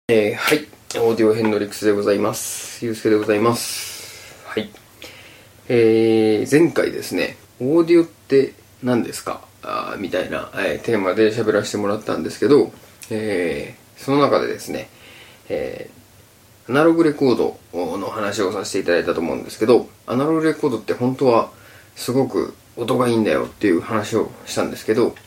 はい。オーディオヘンドリックスでございます。ゆうすけでございます。はい。前回ですね、オーディオって何ですかみたいな、テーマで喋らせてもらったんですけど、その中でですね、アナログレコードの話をさせていただいたと思うんですけど、アナログレコードって本当はすごく音がいいんだよっていう話をしたんですけど、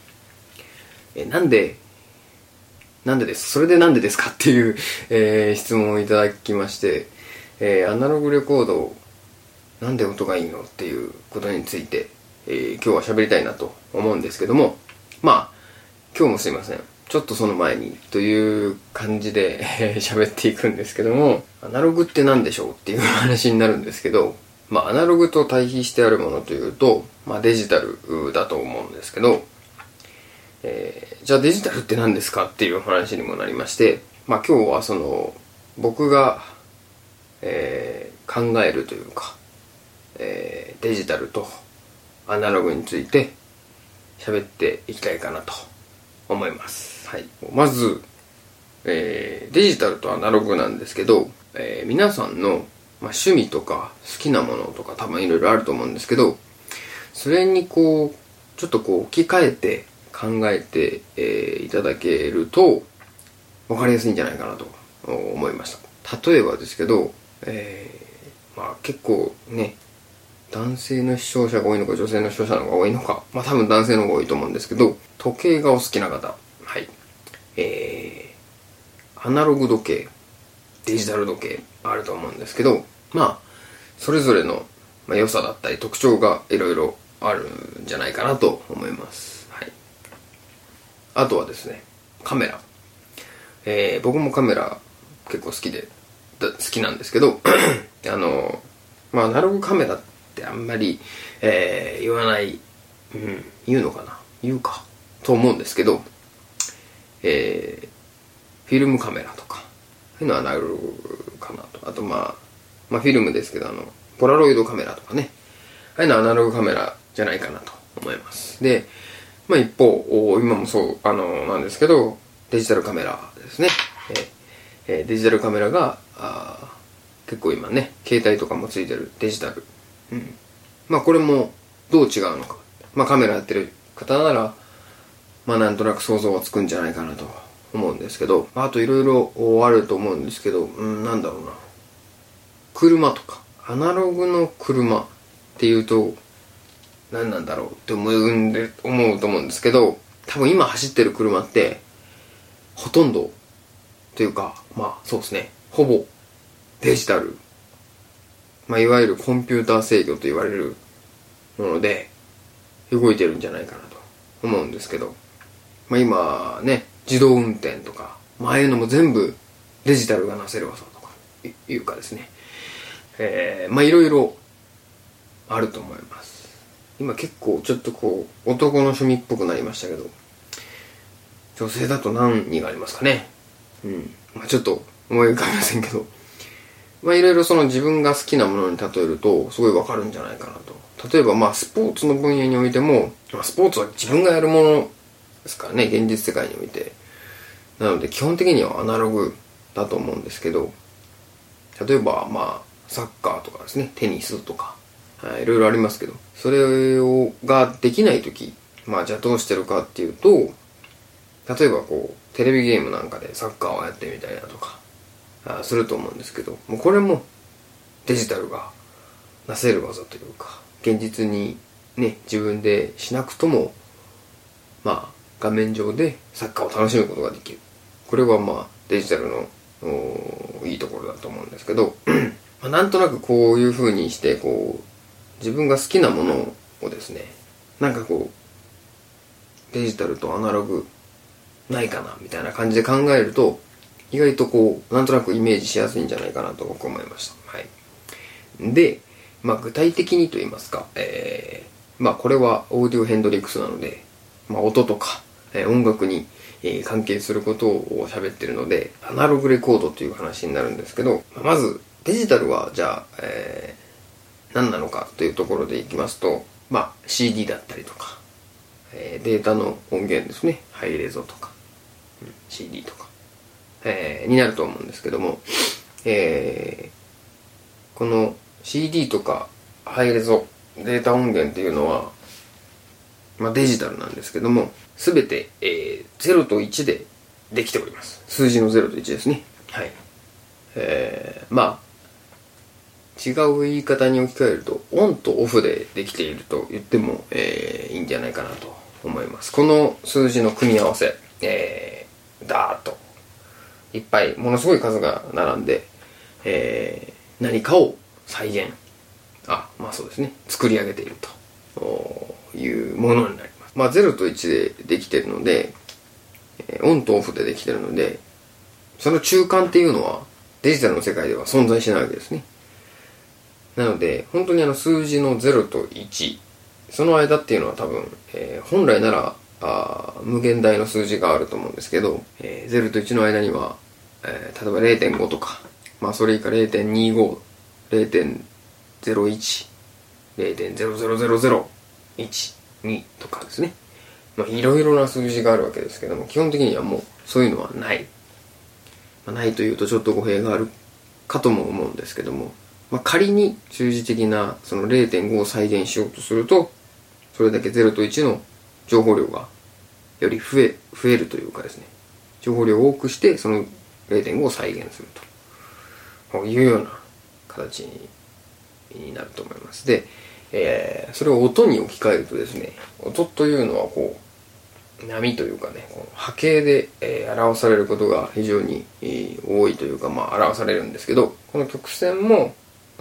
それでなんでですかっていう、質問をいただきまして、アナログレコードなんで音がいいのっていうことについて、今日は喋りたいなと思うんですけども、今日もすいません、ちょっとその前にという感じで喋っていくんですけども、アナログって何でしょうっていう話になるんですけど、アナログと対比してあるものというと、デジタルだと思うんですけど、じゃあデジタルって何ですかっていう話にもなりまして、今日はその僕が、考えるというか、デジタルとアナログについて喋っていきたいかなと思います。はい。まず、デジタルとアナログなんですけど、皆さんの、趣味とか好きなものとか多分いろいろあると思うんですけど、それにちょっと置き換えて考えて、いただけると分かりやすいんじゃないかなと思いました。例えばですけど、結構ね、男性の視聴者が多いのか女性の視聴者の方が多いのか、多分男性の方が多いと思うんですけど、時計がお好きな方、はい、アナログ時計、デジタル時計あると思うんですけど、それぞれの良さだったり特徴がいろいろあるんじゃないかなと思います。はい。あとはですね、カメラ。僕もカメラ結構好きなんですけどアナログカメラってあんまり、言わない、言うのかな、言うかと思うんですけど、フィルムカメラとかそういうのはアナログかなと。あとフィルムですけどポラロイドカメラとかね、ああいうのはアナログカメラじゃないかなと思います。で、一方今もそうなんですけど、デジタルカメラですね。デジタルカメラが結構今ね、携帯とかもついてるデジタル、これもどう違うのか、カメラやってる方ならなんとなく想像はつくんじゃないかなと思うんですけど、あといろいろあると思うんですけど、なんだろうな、車とかアナログの車っていうと何なんだろうって思うと思うんですけど、多分今走ってる車ってほとんどというか、そうですね、ほぼデジタル、いわゆるコンピューター制御と言われるもので動いてるんじゃないかなと思うんですけど、今ね、自動運転とかああいうのも全部デジタルがなせる技とかいうかですね、いろいろあると思います。今結構ちょっと男の趣味っぽくなりましたけど、女性だと何がありますかね。ちょっと思い浮かびませんけど、いろいろその自分が好きなものに例えるとすごいわかるんじゃないかなと。例えばスポーツの分野においても、スポーツは自分がやるものですからね、現実世界において。なので基本的にはアナログだと思うんですけど、例えばサッカーとかですね、テニスとか、いろいろありますけど、それができないとき、じゃあどうしてるかっていうと、例えばテレビゲームなんかでサッカーをやってみたりだとかすると思うんですけど、もうこれもデジタルがなせる技というか、現実にね、自分でしなくとも画面上でサッカーを楽しむことができる。これはデジタルのいいところだと思うんですけどなんとなくこういう風にして自分が好きなものをですね、デジタルとアナログないかなみたいな感じで考えると、意外となんとなくイメージしやすいんじゃないかなと僕は思いました。はい。で、具体的にと言いますか、これはオーディオヘンドリックスなので、音とか、音楽に、関係することを喋ってるので、アナログレコードという話になるんですけど、まずデジタルはじゃあ、何なのかというところでいきますと、CD だったりとか、データの音源ですね、ハイレゾとか、CD とか、 になると思うんですけども、この CD とかハイレゾデータ音源っていうのは、デジタルなんですけども、すべて、0と1でできております。数字の0と1ですね。はい。違う言い方に置き換えると、オンとオフでできていると言っても、いいんじゃないかなと思います。この数字の組み合わせ、ダーッといっぱいものすごい数が並んで、何かを再現、そうですね、作り上げているというものになります。0と1でできているので、オンとオフでできているので、その中間っていうのはデジタルの世界では存在しないわけですね。なので本当に数字の0と1、その間っていうのは多分、本来なら無限大の数字があると思うんですけど、0と1の間には、例えば 0.5 とか、それ以下 0.25、0.01、0.00001、2とかですね。いろいろな数字があるわけですけども、基本的にはもうそういうのはない。ないというとちょっと語弊があるかとも思うんですけども、仮に数字的なその 0.5 を再現しようとすると、それだけ0と1の情報量がより増えるというかですね、情報量を多くしてその 0.5 を再現するというような形になると思います。で、それを音に置き換えるとですね、音というのは波というかね、波形で、表されることが非常に、多いというか、表されるんですけど、この曲線も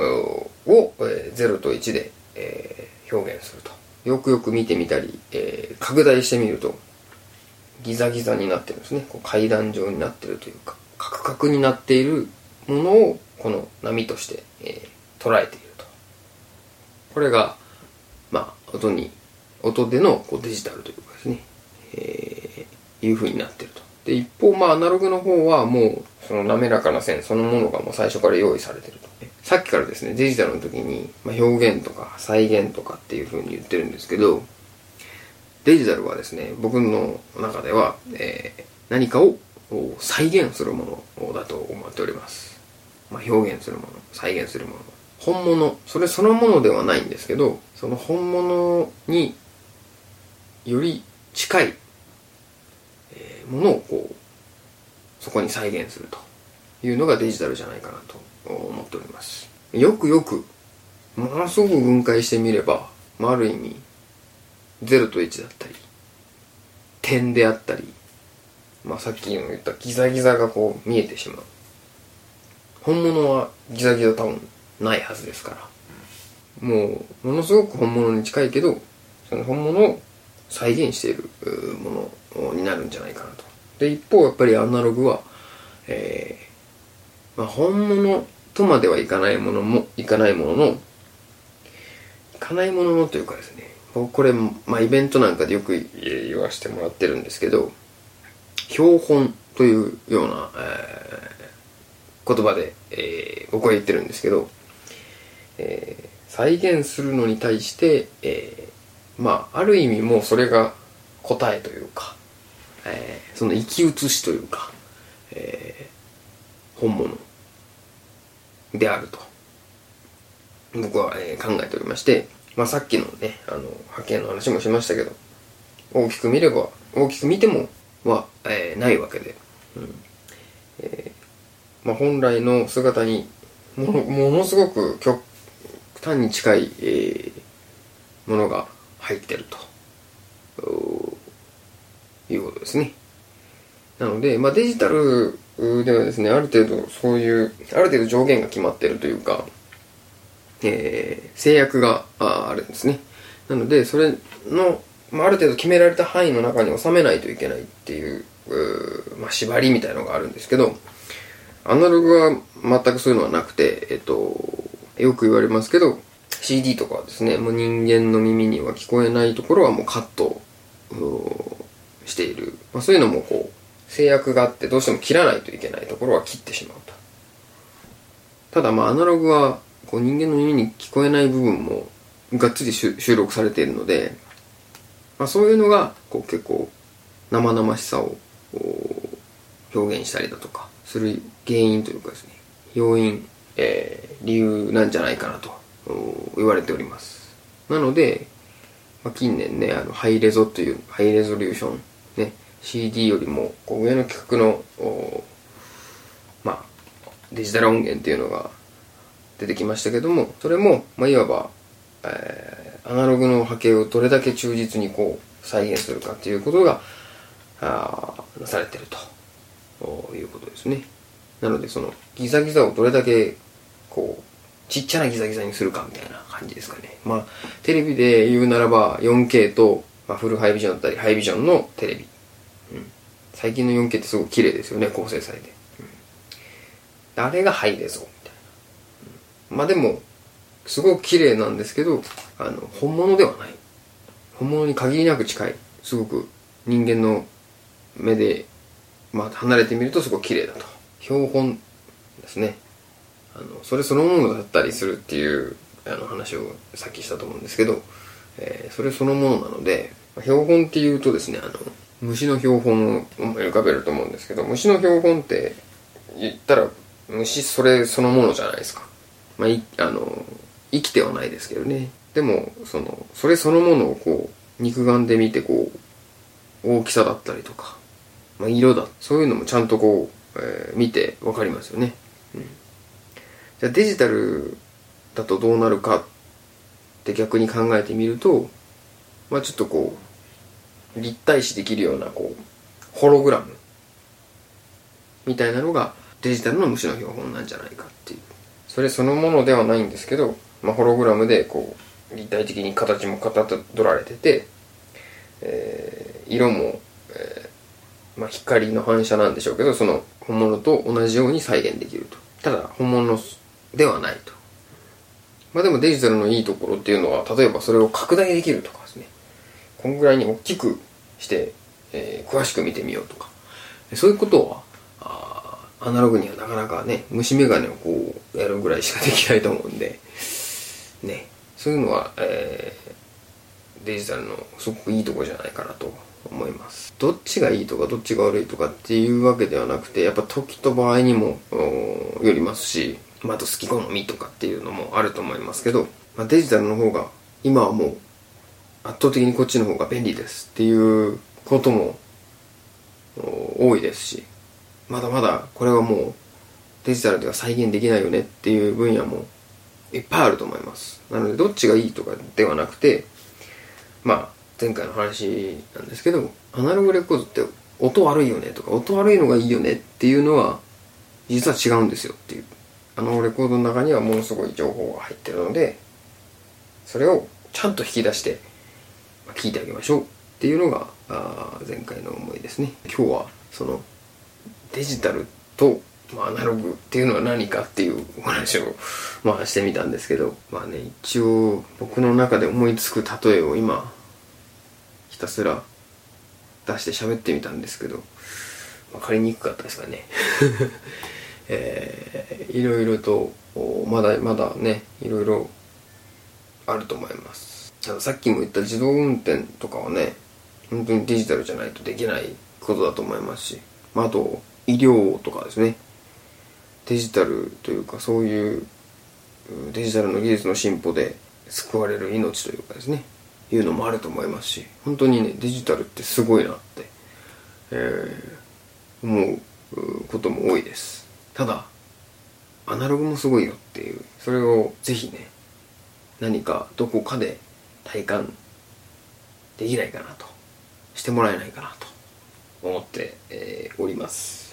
0と1で、表現すると。よくよく見てみたり、拡大してみるとギザギザになってるんですね。階段状になってるというか、カクカクになっているものをこの波として、捉えていると。これが音でのデジタルというかですね、いう風になっていると。で、一方アナログの方はもうその滑らかな線そのものがもう最初から用意されていると。さっきからですね、デジタルの時に、表現とか再現とかっていう風に言ってるんですけど、デジタルはですね、僕の中では、何かを再現するものだと思っております。表現するもの、再現するもの、本物、それそのものではないんですけど、その本物により近いものをそこに再現するというのがデジタルじゃないかなと思っております。よくよくものすごく分解してみれば、ある意味0と1だったり点であったり、さっきの言ったギザギザが見えてしまう。本物はギザギザ多分ないはずですから、ものすごく本物に近いけど、その本物を再現しているものになるんじゃないかなと。で、一方やっぱりアナログは、本物とまではいかないもののというかですね、僕これ、イベントなんかでよく言わせてもらってるんですけど、標本というような、言葉で、僕は言ってるんですけど、再現するのに対して、ある意味もうそれが答えというか、その生き写しというか、本物であると僕は、考えておりまして、さっきのね波形の話もしましたけど、大きく見てもないわけで、本来の姿にものすごく極端に近い、ものが入ってるということですね。なので、デジタルではですね、ある程度上限が決まっているというか、制約があるんですね。なので、それの、ある程度決められた範囲の中に収めないといけないっていう、縛りみたいなのがあるんですけど、アナログは全くそういうのはなくて、よく言われますけど、CD とかはですね、もう人間の耳には聞こえないところはもうカットしている。そういうのも制約があって、どうしても切らないといけないところは切ってしまうと。ただアナログは人間の耳に聞こえない部分もがっつり収録されているので、そういうのが結構生々しさを表現したりだとか、 する原因というかですね、要因、理由なんじゃないかなと言われております。なので、近年ね、ハイレゾというハイレゾリューションね、CD よりも上の規格のデジタル音源っていうのが出てきましたけども、それも、いわば、アナログの波形をどれだけ忠実に再現するかっていうことがなされているということですね。なのでそのギザギザをどれだけちっちゃなギザギザにするかみたいな感じですかね。テレビで言うならば 4K と、フルハイビジョンだったりハイビジョンのテレビ、最近の 4K ってすごく綺麗ですよね、高精細で、あれがハイレゾみたいな、でもすごく綺麗なんですけど、本物ではない、本物に限りなく近い、すごく人間の目で、離れてみるとすごく綺麗だと。標本ですね、それそのものだったりするっていう話をさっきしたと思うんですけど、それそのものなので、標本っていうとですね、虫の標本を思い浮かべると思うんですけど、虫の標本って言ったら虫それそのものじゃないですか。生きてはないですけどね。でもそれそのものを肉眼で見て大きさだったりとか、色だ、そういうのもちゃんと見て分かりますよね。じゃあデジタルだとどうなるかって逆に考えてみると、ちょっと立体視できるようなホログラムみたいなのがデジタルの虫の標本なんじゃないかっていう。それそのものではないんですけど、ホログラムで立体的に形もかたどられてて、色も、光の反射なんでしょうけど、その本物と同じように再現できると。ただ本物ではないと。でもデジタルのいいところっていうのは、例えばそれを拡大できるとかですね、こんぐらいに大きくして、詳しく見てみようとか、そういうことはアナログにはなかなかね、虫眼鏡をやるぐらいしかできないと思うんでね、そういうのは、デジタルのすごくいいところじゃないかなと思います。どっちがいいとかどっちが悪いとかっていうわけではなくて、やっぱ時と場合にもよりますし、あと好き好みとかっていうのもあると思いますけど、デジタルの方が今はもう圧倒的にこっちの方が便利ですっていうことも多いですし、まだまだこれはもうデジタルでは再現できないよねっていう分野もいっぱいあると思います。なのでどっちがいいとかではなくて、前回の話なんですけど、アナログレコードって音悪いよねとか、音悪いのがいいよねっていうのは実は違うんですよっていう。レコードの中にはものすごい情報が入ってるので、それをちゃんと引き出して聞いてあげましょうっていうのが前回の思いですね。今日はそのデジタルとアナログっていうのは何かっていうお話をしてみたんですけど、一応僕の中で思いつく例えを今ひたすら出して喋ってみたんですけど、分かりにくかったですかね。いろいろとまだまだね、いろいろあると思います。さっきも言った自動運転とかはね、本当にデジタルじゃないとできないことだと思いますし、あと医療とかですね、デジタルというか、そういうデジタルの技術の進歩で救われる命というかですね、いうのもあると思いますし、本当にね、デジタルってすごいなって、思うことも多いです。ただアナログもすごいよっていう、それをぜひね、何かどこかで体感できないかなと、してもらえないかなと思って、おります。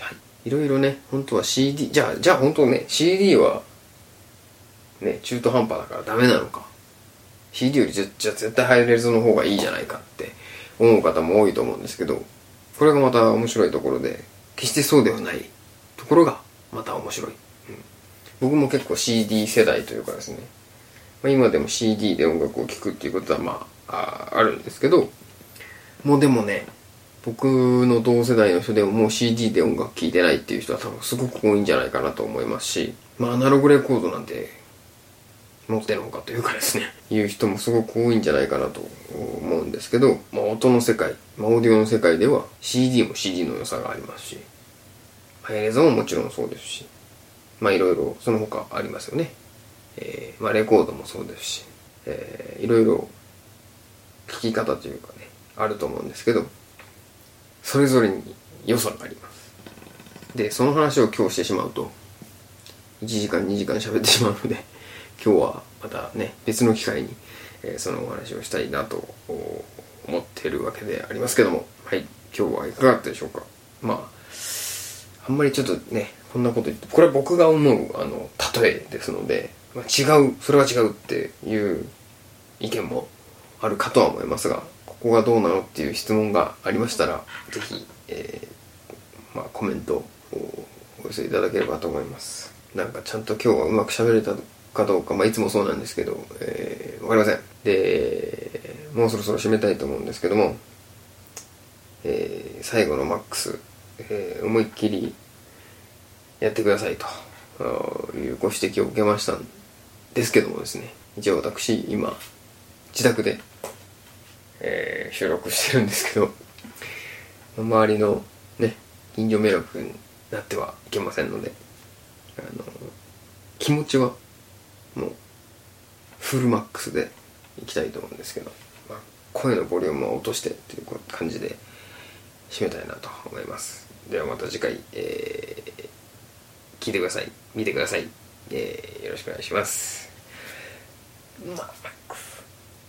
はい。いろいろね、本当は CD、じゃあ本当ね、CD はね、中途半端だからダメなのか、 CD よりじゃ絶対ハイレゾの方がいいじゃないかって思う方も多いと思うんですけど、これがまた面白いところで、決してそうではないところがまた面白い。僕も結構 CD 世代というかですね、今でも CD で音楽を聴くっていうことはあるんですけど、もうでもね、僕の同世代の人でももう CD で音楽聴いてないっていう人は多分すごく多いんじゃないかなと思いますし、アナログレコードなんて持ってるのかというかですね、いう人もすごく多いんじゃないかなと思うんですけど、音の世界、オーディオの世界では CD も CD の良さがありますし、 ハイレゾももちろんそうですし、まあいろいろその他ありますよね。まあレコードもそうですし、いろいろ聞き方というかね、あると思うんですけど、それぞれに良さがあります。で、その話を今日してしまうと、1時間2時間喋ってしまうので、今日はまたね、別の機会に、そのお話をしたいなと思っているわけでありますけども、はい、今日はいかがだったでしょうか。まあ、あんまりちょっとね、こんなこと言って、これは僕が思う、例えですので、まあ、それは違うっていう意見もあるかとは思いますが、ここがどうなのっていう質問がありましたら、ぜひ、まあ、コメントをお寄せいただければと思います。なんかちゃんと今日はうまく喋れたかどうか、まあいつもそうなんですけど、わかりません。で、もうそろそろ締めたいと思うんですけども、最後のマックス、思いっきりやってくださいというご指摘を受けましたんですけどもですね、一応私今自宅で、収録してるんですけど、周りのね、近所迷惑になってはいけませんので、気持ちはもうフルマックスでいきたいと思うんですけど、まあ、声のボリュームを落としてっていう感じで締めたいなと思います。ではまた次回、聞いてください、見てください、よろしくお願いします。マックス